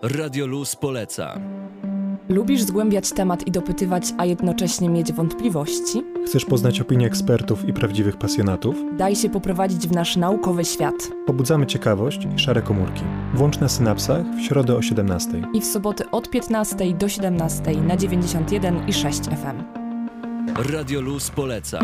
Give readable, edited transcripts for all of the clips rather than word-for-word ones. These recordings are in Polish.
Radio Luz poleca. Lubisz zgłębiać temat i dopytywać, a jednocześnie mieć wątpliwości? Chcesz poznać opinie ekspertów i prawdziwych pasjonatów? Daj się poprowadzić w nasz naukowy świat. Pobudzamy ciekawość i szare komórki. Włącz na Synapsach w środę o 17:00. I w soboty od 15:00 do 17:00 na 91,6 FM. Radio Luz poleca.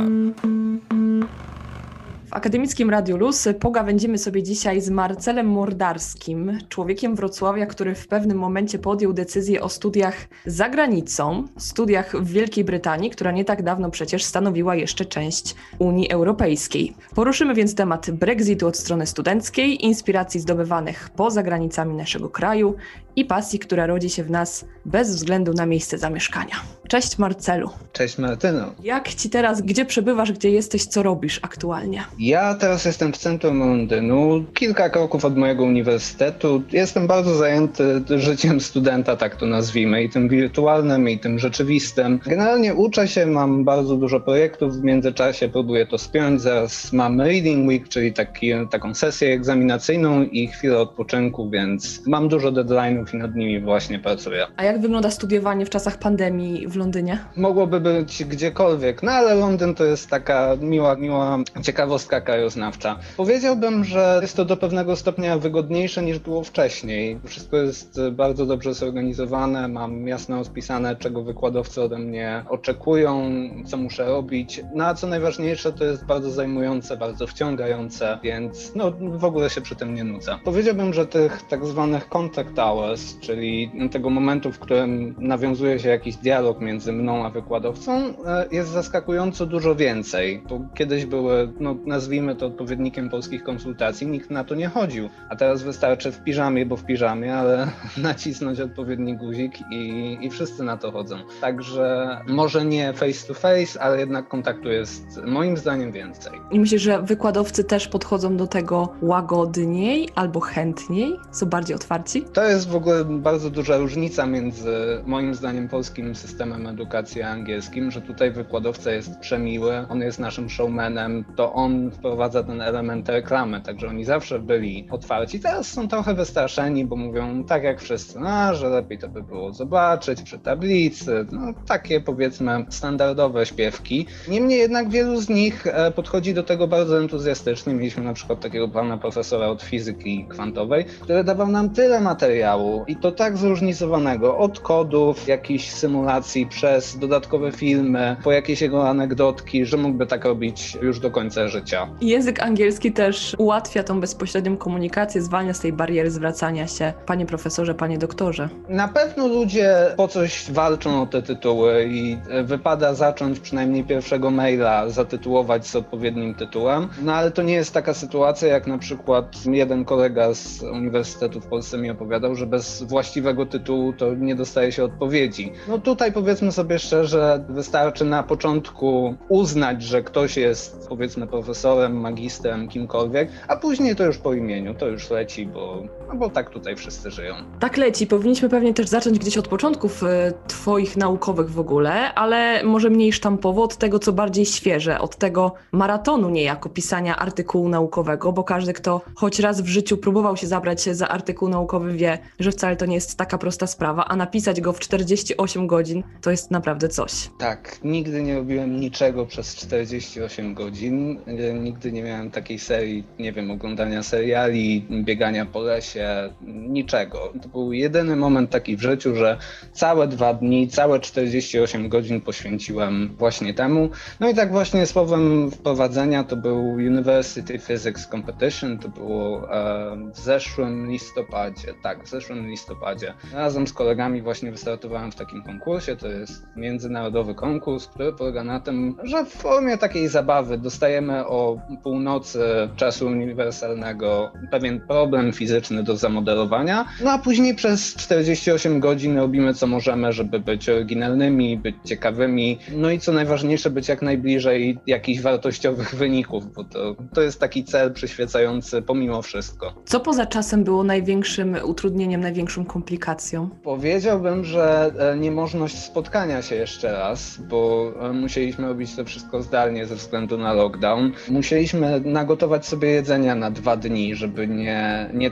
W Akademickim Radiu Luz pogawędzimy sobie dzisiaj z Marcelem Mordarskim, człowiekiem Wrocławia, który w pewnym momencie podjął decyzję o studiach za granicą, studiach w Wielkiej Brytanii, która nie tak dawno przecież stanowiła jeszcze część Unii Europejskiej. Poruszymy więc temat Brexitu od strony studenckiej, inspiracji zdobywanych poza granicami naszego kraju i pasji, która rodzi się w nas bez względu na miejsce zamieszkania. Cześć Marcelu. Cześć Martyno. Jak ci teraz, gdzie przebywasz, gdzie jesteś, co robisz aktualnie? Ja teraz jestem w centrum Londynu, kilka kroków od mojego uniwersytetu. Jestem bardzo zajęty życiem studenta, tak to nazwijmy, i tym wirtualnym, i tym rzeczywistym. Generalnie uczę się, mam bardzo dużo projektów, w międzyczasie próbuję to spiąć. Zaraz mam Reading Week, czyli taką sesję egzaminacyjną i chwilę odpoczynku, więc mam dużo deadline'ów i nad nimi właśnie pracuję. A jak wygląda studiowanie w czasach pandemii w Londynie? Mogłoby być gdziekolwiek, no ale Londyn to jest taka miła ciekawostka krajoznawcza. Powiedziałbym, że jest to do pewnego stopnia wygodniejsze niż było wcześniej. Wszystko jest bardzo dobrze zorganizowane, mam jasno rozpisane, czego wykładowcy ode mnie oczekują, co muszę robić. No a co najważniejsze, to jest bardzo zajmujące, bardzo wciągające, więc w ogóle się przy tym nie nudzę. Powiedziałbym, że tych tak zwanych contact hours, czyli tego momentu, w którym nawiązuje się jakiś dialog między mną a wykładowcą, jest zaskakująco dużo więcej. Bo kiedyś były, nazwijmy to odpowiednikiem polskich konsultacji, nikt na to nie chodził. A teraz wystarczy w piżamie, ale nacisnąć odpowiedni guzik i wszyscy na to chodzą. Także może nie face to face, ale jednak kontaktu jest moim zdaniem więcej. I myślę, że wykładowcy też podchodzą do tego łagodniej albo chętniej? Są bardziej otwarci? To jest w ogóle bardzo duża różnica między moim zdaniem polskim systemem edukacji a angielskim, że tutaj wykładowca jest przemiły, on jest naszym showmanem, to on wprowadza ten element reklamy, także oni zawsze byli otwarci. Teraz są trochę wystraszeni, bo mówią tak jak wszyscy, że lepiej to by było zobaczyć przy tablicy, takie powiedzmy standardowe śpiewki. Niemniej jednak wielu z nich podchodzi do tego bardzo entuzjastycznie. Mieliśmy na przykład takiego pana profesora od fizyki kwantowej, który dawał nam tyle materiału i to tak zróżnicowanego, od kodów, jakichś symulacji, przez dodatkowe filmy, po jakieś jego anegdotki, że mógłby tak robić już do końca życia. Język angielski też ułatwia tą bezpośrednią komunikację, zwalnia z tej bariery zwracania się panie profesorze, panie doktorze. Na pewno ludzie po coś walczą o te tytuły i wypada zacząć przynajmniej pierwszego maila zatytułować z odpowiednim tytułem, ale to nie jest taka sytuacja, jak na przykład jeden kolega z uniwersytetu w Polsce mi opowiadał, że bez właściwego tytułu to nie dostaje się odpowiedzi. Tutaj powiedzmy sobie szczerze, wystarczy na początku uznać, że ktoś jest powiedzmy profesorem, magistrem, kimkolwiek, a później to już po imieniu, to już leci, bo tak tutaj wszyscy żyją. Tak leci. Powinniśmy pewnie też zacząć gdzieś od początków twoich naukowych w ogóle, ale może mniej sztampowo, od tego, co bardziej świeże, od tego maratonu niejako pisania artykułu naukowego, bo każdy, kto choć raz w życiu próbował się zabrać za artykuł naukowy, wie, że wcale to nie jest taka prosta sprawa, a napisać go w 48 godzin to jest naprawdę coś. Tak, nigdy nie robiłem niczego przez 48 godzin, nigdy nie miałem takiej serii, oglądania seriali, biegania po lesie, niczego. To był jedyny moment taki w życiu, że całe 2 dni, całe 48 godzin poświęciłem właśnie temu. I tak właśnie słowem wprowadzenia to był University Physics Competition, to było w zeszłym listopadzie. Razem z kolegami właśnie wystartowałem w takim konkursie, to jest międzynarodowy konkurs, który polega na tym, że w formie takiej zabawy dostajemy o północy czasu uniwersalnego pewien problem fizyczny do zamodelowania, a później przez 48 godzin robimy co możemy, żeby być oryginalnymi, być ciekawymi, i co najważniejsze, być jak najbliżej jakichś wartościowych wyników, bo to jest taki cel przyświecający pomimo wszystko. Co poza czasem było największym utrudnieniem, największą komplikacją? Powiedziałbym, że niemożność spotkania się jeszcze raz, bo musieliśmy robić to wszystko zdalnie ze względu na lockdown. Musieliśmy nagotować sobie jedzenia na 2 dni, żeby nie tracić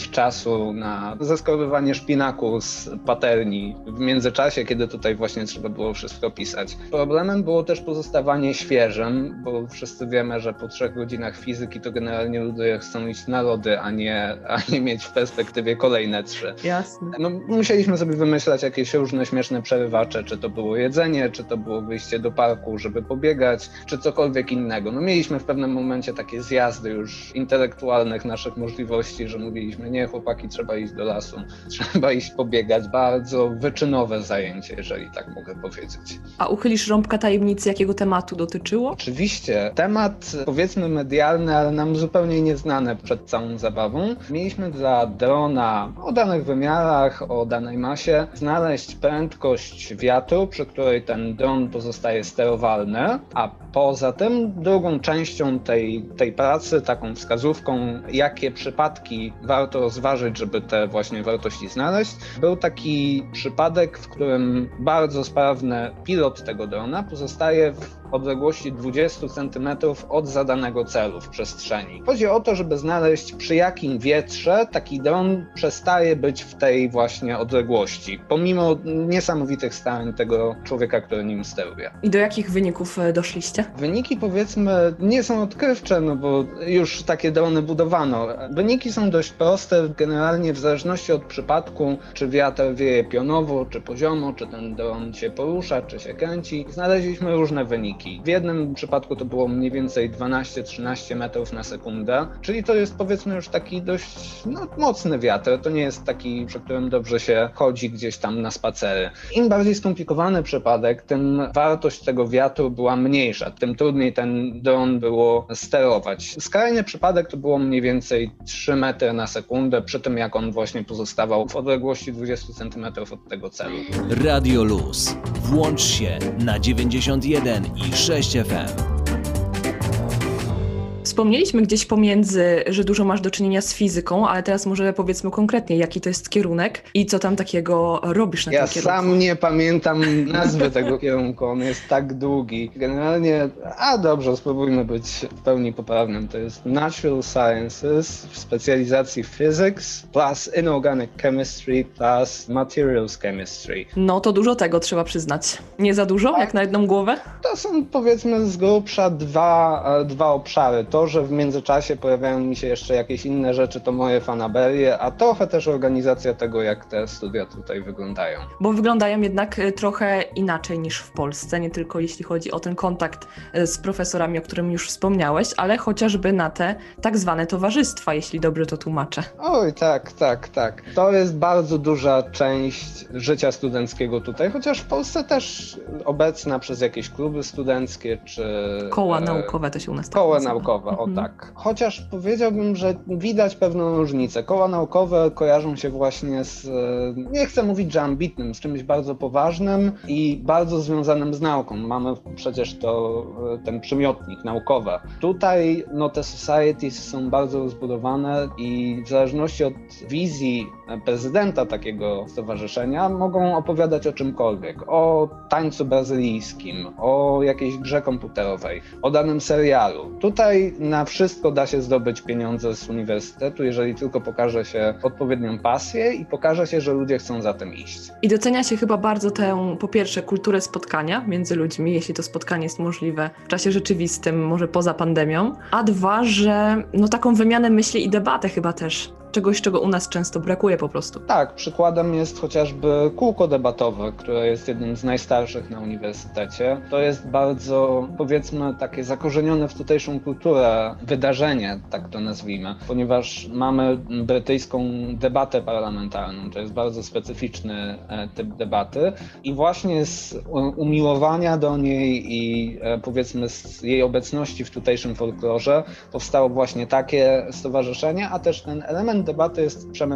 mieć czasu na zeskrobywanie szpinaku z patelni w międzyczasie, kiedy tutaj właśnie trzeba było wszystko pisać. Problemem było też pozostawanie świeżym, bo wszyscy wiemy, że po 3 godzinach fizyki to generalnie ludzie chcą iść na lody, a nie mieć w perspektywie kolejne 3. Jasne. No, musieliśmy sobie wymyślać jakieś różne śmieszne przerywacze, czy to było jedzenie, czy to było wyjście do parku, żeby pobiegać, czy cokolwiek innego. No, mieliśmy w pewnym momencie takie zjazdy już intelektualnych naszych możliwości, że mówiliśmy, nie chłopaki, trzeba iść do lasu, trzeba iść pobiegać. Bardzo wyczynowe zajęcie, jeżeli tak mogę powiedzieć. A uchylisz rąbka tajemnicy, jakiego tematu dotyczyło? Oczywiście. Temat, powiedzmy, medialny, ale nam zupełnie nieznany przed całą zabawą. Mieliśmy dla drona o danych wymiarach, o danej masie znaleźć prędkość wiatru, przy której ten dron pozostaje sterowalny, a poza tym drugą częścią tej pracy, taką wskazówką, jakie przypadki warto rozważyć, żeby te właśnie wartości znaleźć, był taki przypadek, w którym bardzo sprawny pilot tego drona pozostaje w odległości 20 cm od zadanego celu w przestrzeni. Chodzi o to, żeby znaleźć, przy jakim wietrze taki dron przestaje być w tej właśnie odległości, pomimo niesamowitych starań tego człowieka, który nim steruje. I do jakich wyników doszliście? Wyniki, powiedzmy, nie są odkrywcze, no bo już takie drony budowano. Wyniki są dość proste, generalnie w zależności od przypadku, czy wiatr wieje pionowo, czy poziomo, czy ten dron się porusza, czy się kręci. Znaleźliśmy różne wyniki. W jednym przypadku to było mniej więcej 12-13 metrów na sekundę, czyli to jest, powiedzmy, już taki dość mocny wiatr. To nie jest taki, przy którym dobrze się chodzi gdzieś tam na spacery. Im bardziej skomplikowany przypadek, tym wartość tego wiatru była mniejsza, tym trudniej ten dron było sterować. Skrajny przypadek to było mniej więcej 3 metry na sekundę, przy tym jak on właśnie pozostawał w odległości 20 cm od tego celu. Radio Luz. Włącz się na 91,6 FM. Wspomnieliśmy gdzieś pomiędzy, że dużo masz do czynienia z fizyką, ale teraz może powiedzmy konkretnie, jaki to jest kierunek i co tam takiego robisz na tym kierunku. Ja sam nie pamiętam nazwy tego kierunku, on jest tak długi. Generalnie, dobrze, spróbujmy być w pełni poprawnym. To jest Natural Sciences w specjalizacji Physics plus Inorganic Chemistry plus Materials Chemistry. No to dużo tego trzeba przyznać. Nie za dużo, jak na jedną głowę? To są, powiedzmy, z grubsza dwa obszary. To, że w międzyczasie pojawiają mi się jeszcze jakieś inne rzeczy, to moje fanaberie, a trochę też organizacja tego, jak te studia tutaj wyglądają. Bo wyglądają jednak trochę inaczej niż w Polsce, nie tylko jeśli chodzi o ten kontakt z profesorami, o którym już wspomniałeś, ale chociażby na te tak zwane towarzystwa, jeśli dobrze to tłumaczę. Oj, tak. To jest bardzo duża część życia studenckiego tutaj, chociaż w Polsce też obecna przez jakieś kluby studenckie, czy... Koła naukowe to się u nas tak Koła nazywa. naukowe, o tak. Chociaż powiedziałbym, że widać pewną różnicę. Koła naukowe kojarzą się właśnie z, nie chcę mówić, że ambitnym, z czymś bardzo poważnym i bardzo związanym z nauką. Mamy przecież ten przymiotnik naukowe. Tutaj te societies są bardzo rozbudowane i w zależności od wizji prezydenta takiego stowarzyszenia mogą opowiadać o czymkolwiek. O tańcu brazylijskim, o jakiejś grze komputerowej, o danym serialu. Tutaj na wszystko da się zdobyć pieniądze z uniwersytetu, jeżeli tylko pokaże się odpowiednią pasję i pokaże się, że ludzie chcą za tym iść. I docenia się chyba bardzo tę, po pierwsze, kulturę spotkania między ludźmi, jeśli to spotkanie jest możliwe w czasie rzeczywistym, może poza pandemią, a dwa, że taką wymianę myśli i debatę chyba też. Czegoś, czego u nas często brakuje po prostu. Tak, przykładem jest chociażby kółko debatowe, które jest jednym z najstarszych na uniwersytecie. To jest bardzo, powiedzmy, takie zakorzenione w tutejszą kulturę wydarzenie, tak to nazwijmy, ponieważ mamy brytyjską debatę parlamentarną, to jest bardzo specyficzny typ debaty i właśnie z umiłowania do niej i powiedzmy z jej obecności w tutejszym folklorze powstało właśnie takie stowarzyszenie, a też ten element debaty jest przemycany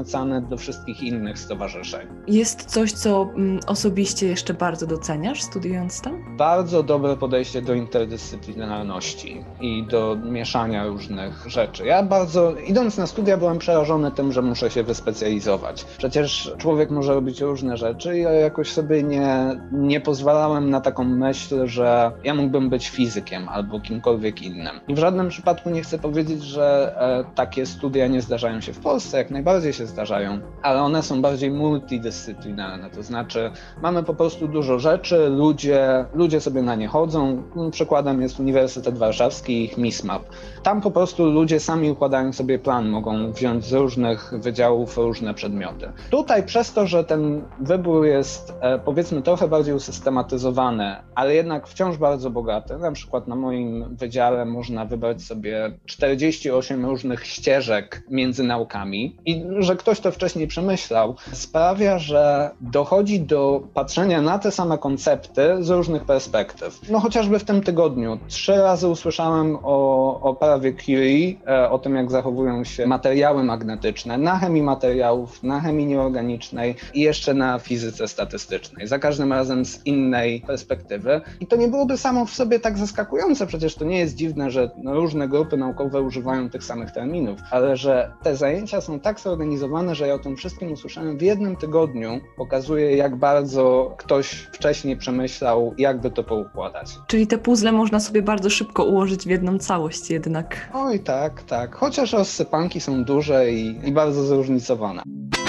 do wszystkich innych stowarzyszeń. Jest coś, co osobiście jeszcze bardzo doceniasz, studiując tam? Bardzo dobre podejście do interdyscyplinarności i do mieszania różnych rzeczy. Idąc na studia, byłem przerażony tym, że muszę się wyspecjalizować. Przecież człowiek może robić różne rzeczy i ja jakoś sobie nie pozwalałem na taką myśl, że ja mógłbym być fizykiem albo kimkolwiek innym. I w żadnym przypadku nie chcę powiedzieć, że takie studia nie zdarzają się w Polsce, jak najbardziej się zdarzają, ale one są bardziej multidyscyplinarne, to znaczy mamy po prostu dużo rzeczy, ludzie sobie na nie chodzą. Przykładem jest Uniwersytet Warszawski i ich MISMAP. Tam po prostu ludzie sami układają sobie plan, mogą wziąć z różnych wydziałów różne przedmioty. Tutaj przez to, że ten wybór jest powiedzmy trochę bardziej usystematyzowany, ale jednak wciąż bardzo bogaty, na przykład na moim wydziale można wybrać sobie 48 różnych ścieżek między naukami i że ktoś to wcześniej przemyślał, sprawia, że dochodzi do patrzenia na te same koncepty z różnych perspektyw. No chociażby w tym tygodniu 3 razy usłyszałem o prawie Curie, o tym jak zachowują się materiały magnetyczne, na chemii materiałów, na chemii nieorganicznej i jeszcze na fizyce statystycznej. Za każdym razem z innej perspektywy. I to nie byłoby samo w sobie tak zaskakujące, przecież to nie jest dziwne, że różne grupy naukowe używają tych samych terminów, ale że te zajęcia są tak zorganizowane, że ja o tym wszystkim usłyszałem w jednym tygodniu, pokazuje jak bardzo ktoś wcześniej przemyślał, jakby to poukładać. Czyli te puzzle można sobie bardzo szybko ułożyć w jedną całość jednak. Oj tak. Chociaż rozsypanki są duże i bardzo zróżnicowane.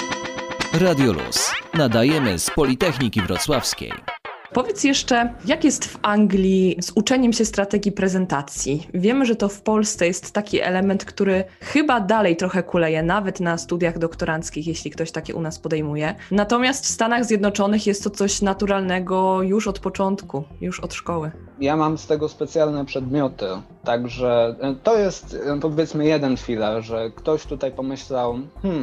Radio Luz. Nadajemy z Politechniki Wrocławskiej. Powiedz jeszcze, jak jest w Anglii z uczeniem się strategii prezentacji? Wiemy, że to w Polsce jest taki element, który chyba dalej trochę kuleje, nawet na studiach doktoranckich, jeśli ktoś takie u nas podejmuje. Natomiast w Stanach Zjednoczonych jest to coś naturalnego już od początku, już od szkoły. Ja mam z tego specjalne przedmioty, także to jest powiedzmy jeden filar, że ktoś tutaj pomyślał,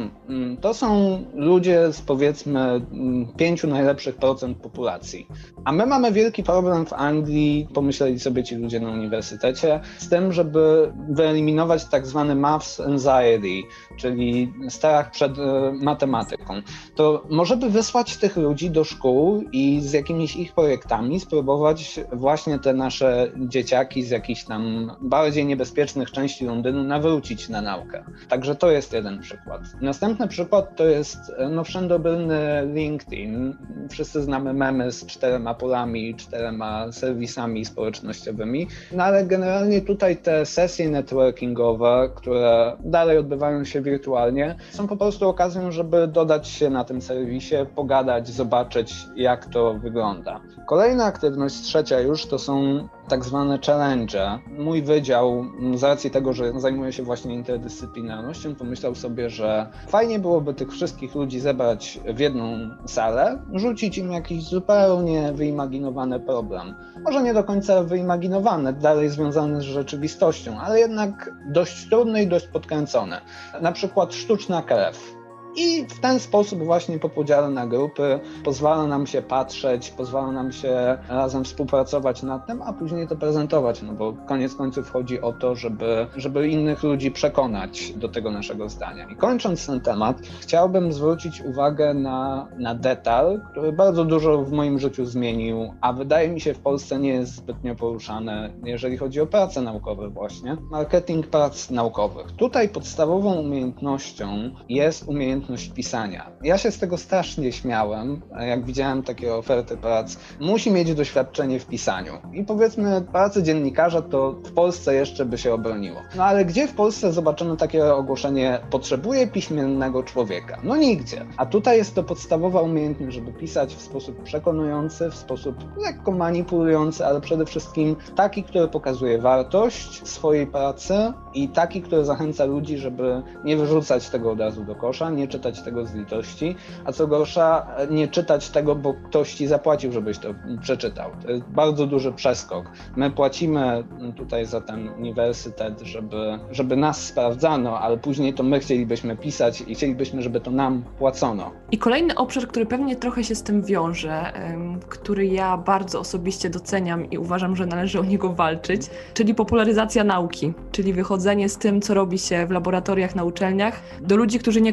to są ludzie z powiedzmy 5 najlepszych procent populacji. A my mamy wielki problem w Anglii, pomyśleli sobie ci ludzie na uniwersytecie, z tym, żeby wyeliminować tak zwany maths anxiety, czyli strach przed matematyką. To może by wysłać tych ludzi do szkół i z jakimiś ich projektami spróbować właśnie te nasze dzieciaki z jakichś tam bardziej niebezpiecznych części Londynu nawrócić na naukę. Także to jest jeden przykład. Następny przykład to jest wszędobylny LinkedIn. Wszyscy znamy memy z 4 polami, 4 serwisami społecznościowymi, no ale generalnie tutaj te sesje networkingowe, które dalej odbywają się wirtualnie, są po prostu okazją, żeby dodać się na tym serwisie, pogadać, zobaczyć jak to wygląda. Kolejna aktywność, trzecia już, to są tak zwane challenge. Mój wydział, z racji tego, że zajmuje się właśnie interdyscyplinarnością, pomyślał sobie, że fajnie byłoby tych wszystkich ludzi zebrać w jedną salę, rzucić im jakiś zupełnie wyimaginowany problem. Może nie do końca wyimaginowany, dalej związany z rzeczywistością, ale jednak dość trudny i dość podkręcony. Na przykład sztuczna krew. I w ten sposób właśnie po podziale na grupy pozwala nam się patrzeć, pozwala nam się razem współpracować nad tym, a później to prezentować, no bo koniec końców chodzi o to, żeby innych ludzi przekonać do tego naszego zdania. I kończąc ten temat, chciałbym zwrócić uwagę na detal, który bardzo dużo w moim życiu zmienił, a wydaje mi się w Polsce nie jest zbytnio poruszany, jeżeli chodzi o prace naukowe właśnie. Marketing prac naukowych. Tutaj podstawową umiejętnością jest umiejętność pisania. Ja się z tego strasznie śmiałem, jak widziałem takie oferty prac. Musi mieć doświadczenie w pisaniu. I powiedzmy, pracy dziennikarza to w Polsce jeszcze by się obroniło. No ale gdzie w Polsce zobaczymy takie ogłoszenie, potrzebuje piśmiennego człowieka? No nigdzie. A tutaj jest to podstawowa umiejętność, żeby pisać w sposób przekonujący, w sposób lekko manipulujący, ale przede wszystkim taki, który pokazuje wartość swojej pracy i taki, który zachęca ludzi, żeby nie wyrzucać tego od razu do kosza, nie czytać tego z litości, a co gorsza, nie czytać tego, bo ktoś ci zapłacił, żebyś to przeczytał. To jest bardzo duży przeskok. My płacimy tutaj za ten uniwersytet, żeby nas sprawdzano, ale później to my chcielibyśmy pisać i chcielibyśmy, żeby to nam płacono. I kolejny obszar, który pewnie trochę się z tym wiąże, który ja bardzo osobiście doceniam i uważam, że należy o niego walczyć, czyli popularyzacja nauki, czyli wychodzenie z tym, co robi się w laboratoriach na uczelniach, do ludzi, którzy niekoniecznie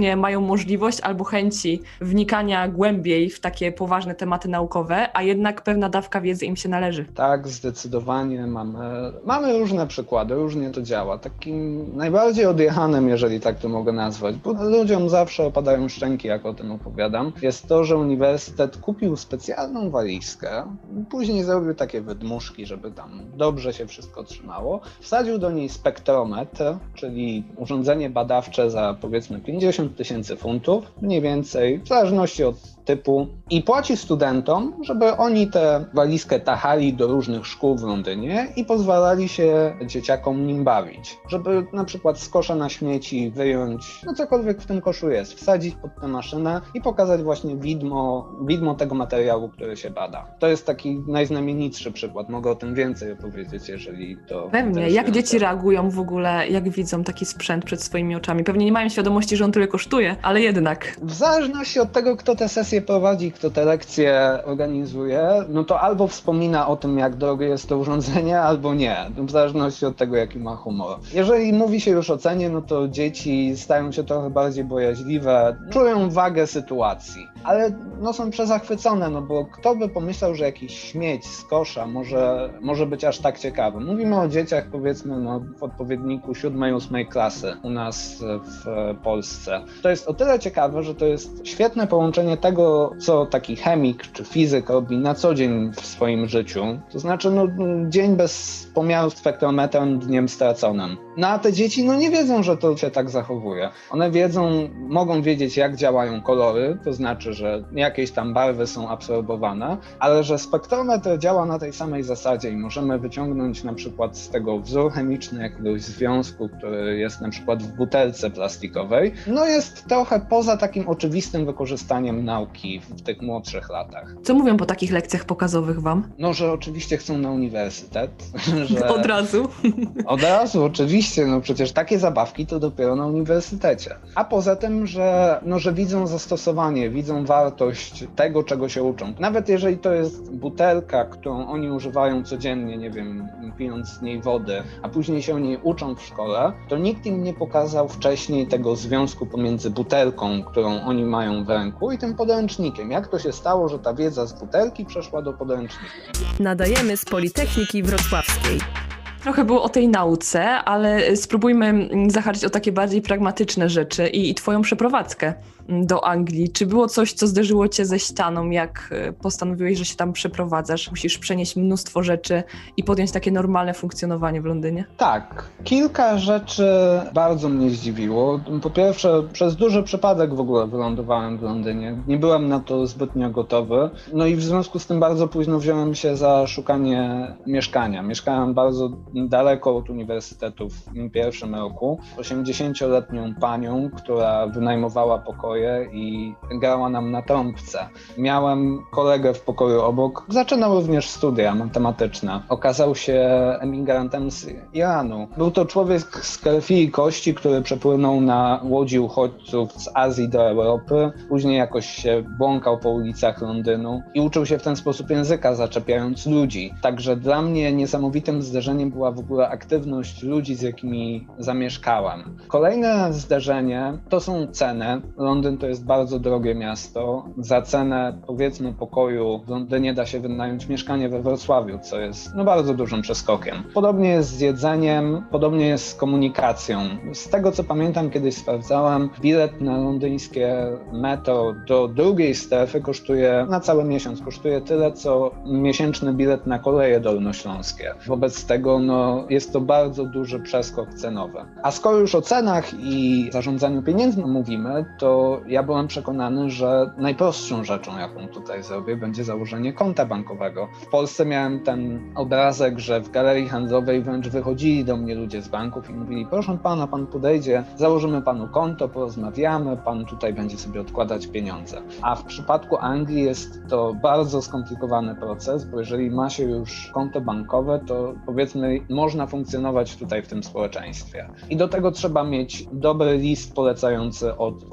faktycznie mają możliwość albo chęci wnikania głębiej w takie poważne tematy naukowe, a jednak pewna dawka wiedzy im się należy. Tak, zdecydowanie mamy różne przykłady, różnie to działa. Takim najbardziej odjechanym, jeżeli tak to mogę nazwać, bo ludziom zawsze opadają szczęki, jak o tym opowiadam, jest to, że uniwersytet kupił specjalną walizkę, później zrobił takie wydmuszki, żeby tam dobrze się wszystko trzymało, wsadził do niej spektrometr, czyli urządzenie badawcze za powiedzmy 50 000 funtów, mniej więcej, w zależności od typu, i płaci studentom, żeby oni tę walizkę tachali do różnych szkół w Londynie i pozwalali się dzieciakom nim bawić. Żeby na przykład z kosza na śmieci wyjąć, no cokolwiek w tym koszu jest, wsadzić pod tę maszynę i pokazać właśnie widmo tego materiału, który się bada. To jest taki najznamienitszy przykład. Mogę o tym więcej opowiedzieć, jeżeli to... Pewnie. Jak dzieci reagują w ogóle, jak widzą taki sprzęt przed swoimi oczami? Pewnie nie mają świadomości, że on tyle kosztuje, ale jednak. W zależności od tego, kto te sesje prowadzi, kto te lekcje organizuje, no to albo wspomina o tym, jak drogie jest to urządzenie, albo nie. W zależności od tego, jaki ma humor. Jeżeli mówi się już o cenie, no to dzieci stają się trochę bardziej bojaźliwe, czują wagę sytuacji, ale no są przezachwycone, no bo kto by pomyślał, że jakiś śmieć z kosza może być aż tak ciekawy. Mówimy o dzieciach, powiedzmy, no, w odpowiedniku 7-8 klasy u nas w Polsce. To jest o tyle ciekawe, że to jest świetne połączenie tego, co taki chemik czy fizyk robi na co dzień w swoim życiu. To znaczy, no, dzień bez pomiaru spektrometrem, dniem straconym. No a te dzieci, no nie wiedzą, że to się tak zachowuje. One mogą wiedzieć, jak działają kolory, to znaczy, że jakieś tam barwy są absorbowane, ale że spektrometr działa na tej samej zasadzie i możemy wyciągnąć na przykład z tego wzór chemiczny jakiegoś związku, który jest na przykład w butelce plastikowej, no jest trochę poza takim oczywistym wykorzystaniem nauki w tych młodszych latach. Co mówią po takich lekcjach pokazowych wam? No, że oczywiście chcą na uniwersytet. Że... Od razu? Od razu, oczywiście, no przecież takie zabawki to dopiero na uniwersytecie. A poza tym, że widzą zastosowanie, widzą wartość tego, czego się uczą. Nawet jeżeli to jest butelka, którą oni używają codziennie, nie wiem, pijąc z niej wody, a później się o niej uczą w szkole, to nikt im nie pokazał wcześniej tego związku pomiędzy butelką, którą oni mają w ręku, i tym podręcznikiem. Jak to się stało, że ta wiedza z butelki przeszła do podręcznika? Nadajemy z Politechniki Wrocławskiej. Trochę było o tej nauce, ale spróbujmy zahaczyć o takie bardziej pragmatyczne rzeczy i twoją przeprowadzkę do Anglii. Czy było coś, co zderzyło cię ze ścianą, jak postanowiłeś, że się tam przeprowadzasz? Musisz przenieść mnóstwo rzeczy i podjąć takie normalne funkcjonowanie w Londynie? Tak. Kilka rzeczy bardzo mnie zdziwiło. Po pierwsze, przez duży przypadek w ogóle wylądowałem w Londynie. Nie byłem na to zbytnio gotowy. No i w związku z tym bardzo późno wziąłem się za szukanie mieszkania. Mieszkałem bardzo daleko od uniwersytetu w pierwszym roku. 80-letnią panią, która wynajmowała pokoje i grała nam na trąbce. Miałem kolegę w pokoju obok. Zaczynał również studia matematyczne. Okazał się emigrantem z Iranu. Był to człowiek z krwi i kości, który przepłynął na łodzi uchodźców z Azji do Europy. Później jakoś się błąkał po ulicach Londynu i uczył się w ten sposób języka, zaczepiając ludzi. Także dla mnie niesamowitym zderzeniem była w ogóle aktywność ludzi, z jakimi zamieszkałem. Kolejne zderzenie to są ceny. Londyn to jest bardzo drogie miasto. Za cenę, powiedzmy, pokoju w Londynie da się wynająć mieszkanie we Wrocławiu, co jest bardzo dużym przeskokiem. Podobnie jest z jedzeniem, podobnie jest z komunikacją. Z tego, co pamiętam, kiedyś sprawdzałem, bilet na londyńskie metro do drugiej strefy kosztuje, na cały miesiąc kosztuje tyle, co miesięczny bilet na koleje dolnośląskie. Wobec tego jest to bardzo duży przeskok cenowy. A skoro już o cenach i zarządzaniu pieniędzmi mówimy, to ja byłem przekonany, że najprostszą rzeczą, jaką tutaj zrobię, będzie założenie konta bankowego. W Polsce miałem ten obrazek, że w galerii handlowej wręcz wychodzili do mnie ludzie z banków i mówili: proszę pana, pan podejdzie, założymy panu konto, porozmawiamy, pan tutaj będzie sobie odkładać pieniądze. A w przypadku Anglii jest to bardzo skomplikowany proces, bo jeżeli ma się już konto bankowe, to powiedzmy można funkcjonować tutaj w tym społeczeństwie. I do tego trzeba mieć dobry list polecający od osoby od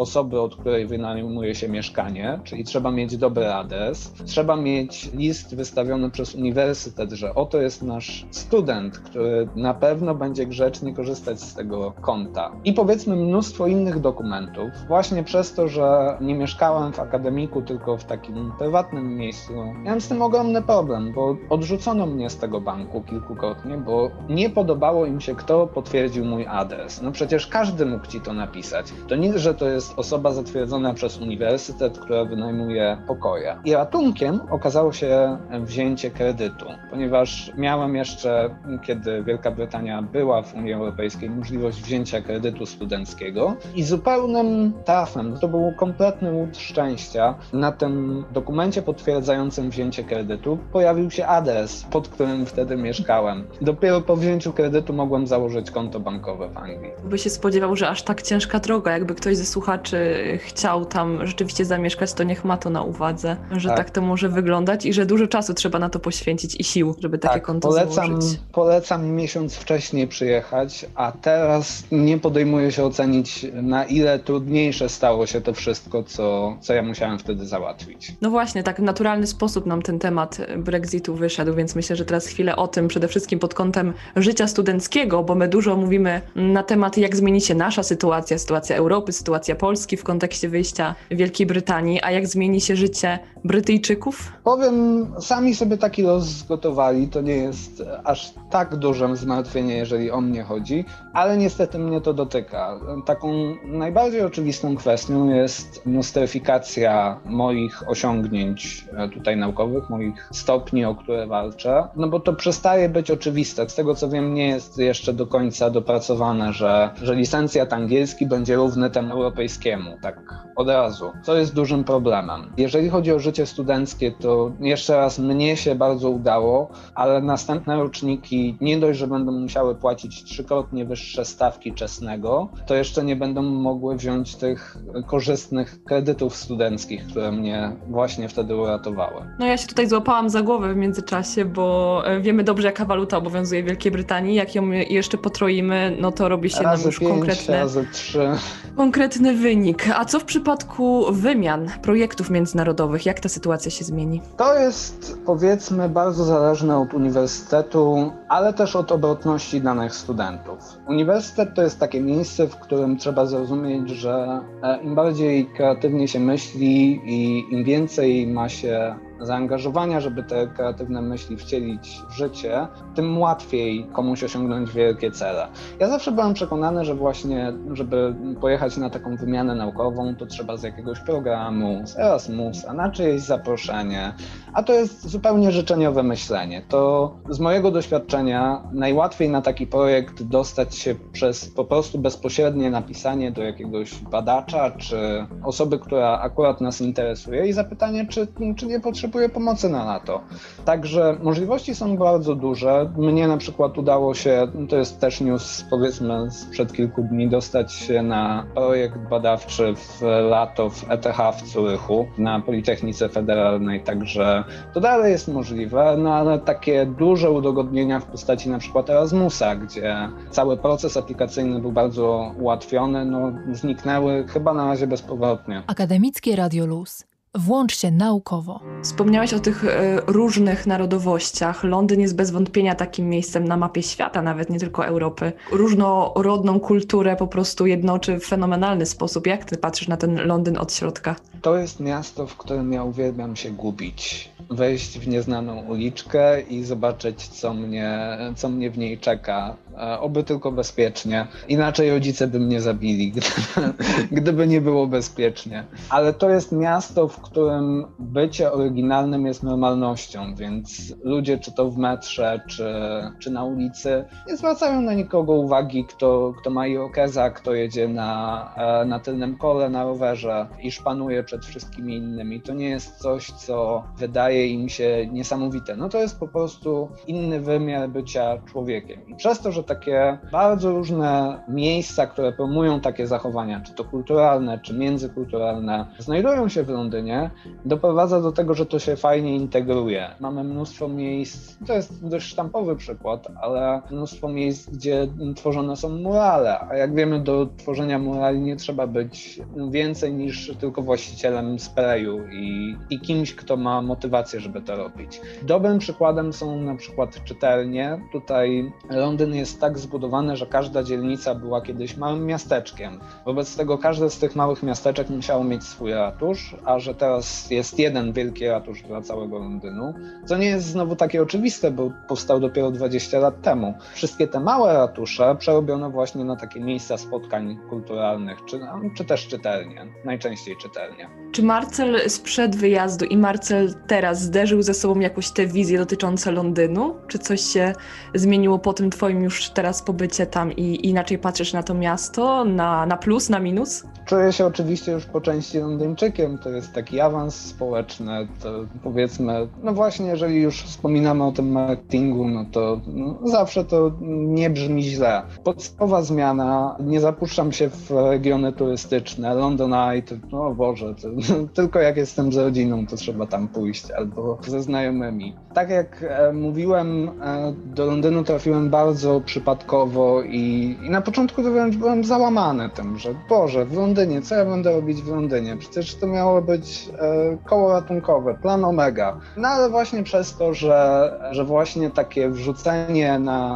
od której wynajmuje się mieszkanie, czyli trzeba mieć dobry adres, trzeba mieć list wystawiony przez uniwersytet, że oto jest nasz student, który na pewno będzie grzecznie korzystać z tego konta. I powiedzmy mnóstwo innych dokumentów. Właśnie przez to, że nie mieszkałem w akademiku, tylko w takim prywatnym miejscu, miałem z tym ogromny problem, bo odrzucono mnie z tego banku kilkukrotnie, bo nie podobało im się, kto potwierdził mój adres. No przecież każdy mógł ci to napisać. To nie, że to jest osoba zatwierdzona przez uniwersytet, która wynajmuje pokoje. I ratunkiem okazało się wzięcie kredytu, ponieważ miałem jeszcze, kiedy Wielka Brytania była w Unii Europejskiej, możliwość wzięcia kredytu studenckiego i zupełnym trafem, to był kompletny łód szczęścia, na tym dokumencie potwierdzającym wzięcie kredytu pojawił się adres, pod którym wtedy mieszkałem. Dopiero po wzięciu kredytu mogłem założyć konto bankowe w Anglii. By się spodziewał, że aż tak ciężka droga, jakby ktoś ze słuchaczy chciał tam rzeczywiście zamieszkać, to niech ma to na uwadze, że tak to może wyglądać i że dużo czasu trzeba na to poświęcić i sił, żeby takie konto założyć. Polecam miesiąc wcześniej przyjechać, a teraz nie podejmuję się ocenić, na ile trudniejsze stało się to wszystko, co ja musiałem wtedy załatwić. No właśnie, tak w naturalny sposób nam ten temat Brexitu wyszedł, więc myślę, że teraz chwilę o tym, przede wszystkim pod kątem życia studenckiego, bo my dużo mówimy na temat, jak zmieni się nasza sytuacja Europy, sytuacja Polski w kontekście wyjścia Wielkiej Brytanii, a jak zmieni się życie Brytyjczyków? Powiem, sami sobie taki los zgotowali, to nie jest aż tak duże zmartwienie, jeżeli o mnie chodzi, ale niestety mnie to dotyka. Taką najbardziej oczywistą kwestią jest nostryfikacja moich osiągnięć tutaj naukowych, moich stopni, o które walczę, no bo to przestaje być oczywiste. Z tego co wiem, nie jest jeszcze do końca dopracowane, że licencjat angielski będzie równy temu europejskiemu, tak od razu, co jest dużym problemem. Jeżeli chodzi o życie studenckie, to jeszcze raz mnie się bardzo udało, ale następne roczniki nie dość, że będą musiały płacić 3-krotnie wyższe stawki czesnego, to jeszcze nie będą mogły wziąć tych korzystnych kredytów studenckich, które mnie właśnie wtedy uratowały. No ja się tutaj złapałam za głowę w międzyczasie, bo wiemy dobrze, jaka waluta obowiązuje w Wielkiej Brytanii. Jak ją jeszcze potroimy, no to robi się nam już 5, razy 3. Konkretny wynik. A co w przypadku wymian projektów międzynarodowych? Jak ta sytuacja się zmieni? To jest, powiedzmy, bardzo zależne od uniwersytetu, ale też od obrotności danych studentów. Uniwersytet to jest takie miejsce, w którym trzeba zrozumieć, że im bardziej kreatywnie się myśli i im więcej ma się zaangażowania, żeby te kreatywne myśli wcielić w życie, tym łatwiej komuś osiągnąć wielkie cele. Ja zawsze byłem przekonany, że właśnie, żeby pojechać na taką wymianę naukową, to trzeba z jakiegoś programu, z Erasmusa, na czyjeś zaproszenie, a to jest zupełnie życzeniowe myślenie. To z mojego doświadczenia najłatwiej na taki projekt dostać się przez po prostu bezpośrednie napisanie do jakiegoś badacza, czy osoby, która akurat nas interesuje i zapytanie, czy nie potrzebuje pomocy na to. Także możliwości są bardzo duże. Mnie na przykład udało się, to jest też news powiedzmy sprzed kilku dni, dostać się na projekt badawczy w lato w ETH w Zurychu, na Politechnice Federalnej, także to dalej jest możliwe, no ale takie duże udogodnienia w postaci na przykład Erasmusa, gdzie cały proces aplikacyjny był bardzo ułatwiony, no zniknęły chyba na razie bezpowrotnie. Akademickie Radio Luz. Włącz się naukowo. Wspomniałeś o tych różnych narodowościach. Londyn jest bez wątpienia takim miejscem na mapie świata, nawet nie tylko Europy. Różnorodną kulturę po prostu jednoczy w fenomenalny sposób. Jak ty patrzysz na ten Londyn od środka? To jest miasto, w którym ja uwielbiam się gubić. Wejść w nieznaną uliczkę i zobaczyć, co mnie w niej czeka. Oby tylko bezpiecznie. Inaczej rodzice by mnie zabili, gdyby nie było bezpiecznie. Ale to jest miasto, w którym bycie oryginalnym jest normalnością, więc ludzie, czy to w metrze, czy na ulicy, nie zwracają na nikogo uwagi, kto ma irokeza, kto jedzie na tylnym kole, na rowerze i szpanuje przed wszystkimi innymi. To nie jest coś, co wydaje im się niesamowite. No to jest po prostu inny wymiar bycia człowiekiem. I przez to, że takie bardzo różne miejsca, które promują takie zachowania, czy to kulturalne, czy międzykulturalne, znajdują się w Londynie, doprowadza do tego, że to się fajnie integruje. Mamy mnóstwo miejsc, to jest dość sztampowy przykład, ale mnóstwo miejsc, gdzie tworzone są murale, a jak wiemy, do tworzenia murali nie trzeba być więcej niż tylko właścicielem sprayu i kimś, kto ma motywację, żeby to robić. Dobrym przykładem są na przykład czytelnie. Tutaj Londyn jest tak zbudowany, że każda dzielnica była kiedyś małym miasteczkiem. Wobec tego każde z tych małych miasteczek musiało mieć swój ratusz, a że teraz jest jeden wielki ratusz dla całego Londynu, co nie jest znowu takie oczywiste, bo powstał dopiero 20 lat temu. Wszystkie te małe ratusze przerobiono właśnie na takie miejsca spotkań kulturalnych, czy też czytelnie, najczęściej czytelnie. Czy Marcel sprzed wyjazdu i Marcel teraz zderzył ze sobą jakoś te wizje dotyczące Londynu? Czy coś się zmieniło po tym twoim już teraz pobycie tam i inaczej patrzysz na to miasto, na plus, na minus? Czuję się oczywiście już po części Londyńczykiem, to jest taki awans społeczny, to powiedzmy, no właśnie, jeżeli już wspominamy o tym marketingu, no to zawsze to nie brzmi źle. Podstawowa zmiana, nie zapuszczam się w regiony turystyczne, London Eye, no Boże, tylko jak jestem z rodziną, to trzeba tam pójść albo ze znajomymi. Tak jak mówiłem, do Londynu trafiłem bardzo przypadkowo i na początku to wręcz byłem załamany tym, że Boże, w Londynie, co ja będę robić w Londynie? Przecież to miało być koło ratunkowe, plan Omega. No ale właśnie przez to, że właśnie takie wrzucenie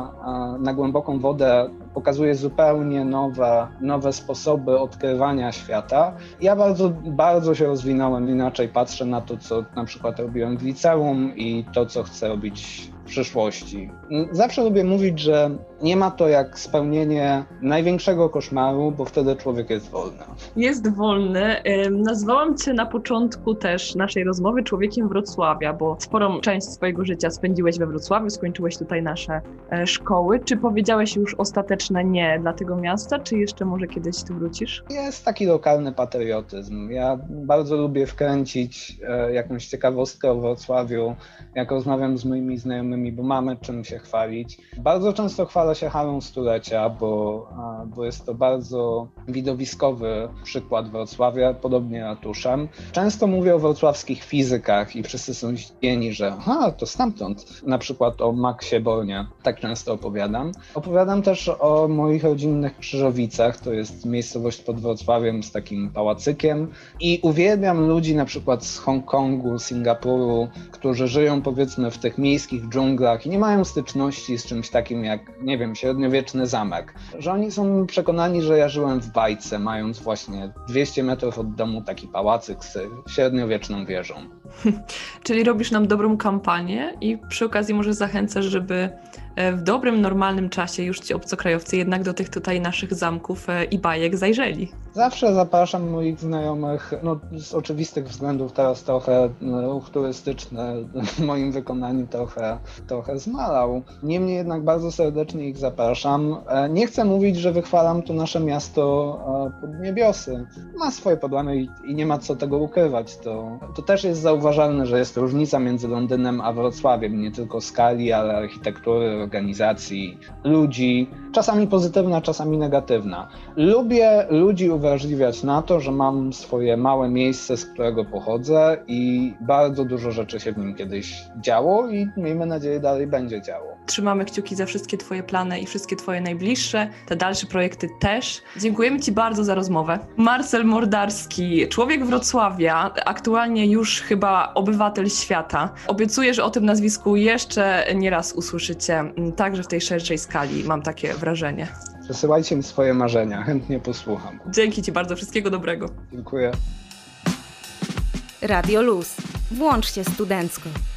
na głęboką wodę pokazuje zupełnie nowe sposoby odkrywania świata. Ja bardzo się rozwinąłem, inaczej patrzę na to, co na przykład robiłem w liceum i to, co chcę robić w przyszłości. Zawsze lubię mówić, że nie ma to jak spełnienie największego koszmaru, bo wtedy człowiek jest wolny. Jest wolny. Nazwałam cię na początku też naszej rozmowy człowiekiem Wrocławia, bo sporą część swojego życia spędziłeś we Wrocławiu, skończyłeś tutaj nasze szkoły. Czy powiedziałeś już ostateczne nie dla tego miasta, czy jeszcze może kiedyś tu wrócisz? Jest taki lokalny patriotyzm. Ja bardzo lubię wkręcić jakąś ciekawostkę o Wrocławiu, jak rozmawiam z moimi znajomymi, bo mamy czym się chwalić. Bardzo często chwalę się halą stulecia, bo jest to bardzo widowiskowy przykład Wrocławia, podobnie ratuszem. Często mówię o wrocławskich fizykach i wszyscy są zdziwieni, że to stamtąd. Na przykład o Maxie Bornie, tak często opowiadam. Opowiadam też o moich rodzinnych Krzyżowicach, to jest miejscowość pod Wrocławiem z takim pałacykiem i uwielbiam ludzi na przykład z Hongkongu, Singapuru, którzy żyją powiedzmy w tych miejskich dżunglach i nie mają styczności z czymś takim jak, nie wiem, średniowieczny zamek. Że oni są przekonani, że ja żyłem w bajce, mając właśnie 200 metrów od domu taki pałacyk z średniowieczną wieżą. Czyli robisz nam dobrą kampanię i przy okazji może zachęcasz, żeby w dobrym, normalnym czasie już ci obcokrajowcy jednak do tych tutaj naszych zamków i bajek zajrzeli. Zawsze zapraszam moich znajomych, z oczywistych względów teraz trochę ruch turystyczny w moim wykonaniu trochę zmalał. Niemniej jednak bardzo serdecznie ich zapraszam. Nie chcę mówić, że wychwalam tu nasze miasto pod niebiosy. Ma swoje problemy i nie ma co tego ukrywać. To też jest zauważalne, że jest różnica między Londynem a Wrocławiem, nie tylko skali, ale architektury, organizacji, ludzi, czasami pozytywna, czasami negatywna. Lubię ludzi uwrażliwiać na to, że mam swoje małe miejsce, z którego pochodzę i bardzo dużo rzeczy się w nim kiedyś działo i miejmy nadzieję dalej będzie działo. Trzymamy kciuki za wszystkie twoje plany i wszystkie twoje najbliższe, te dalsze projekty też. Dziękujemy ci bardzo za rozmowę. Marcel Mordarski, człowiek Wrocławia, aktualnie już chyba obywatel świata. Obiecuję, że o tym nazwisku jeszcze nie raz usłyszycie, także w tej szerszej skali, mam takie wrażenie. Przesyłajcie mi swoje marzenia, chętnie posłucham. Dzięki ci bardzo, wszystkiego dobrego. Dziękuję. Radio Luz. Włącz się studencko.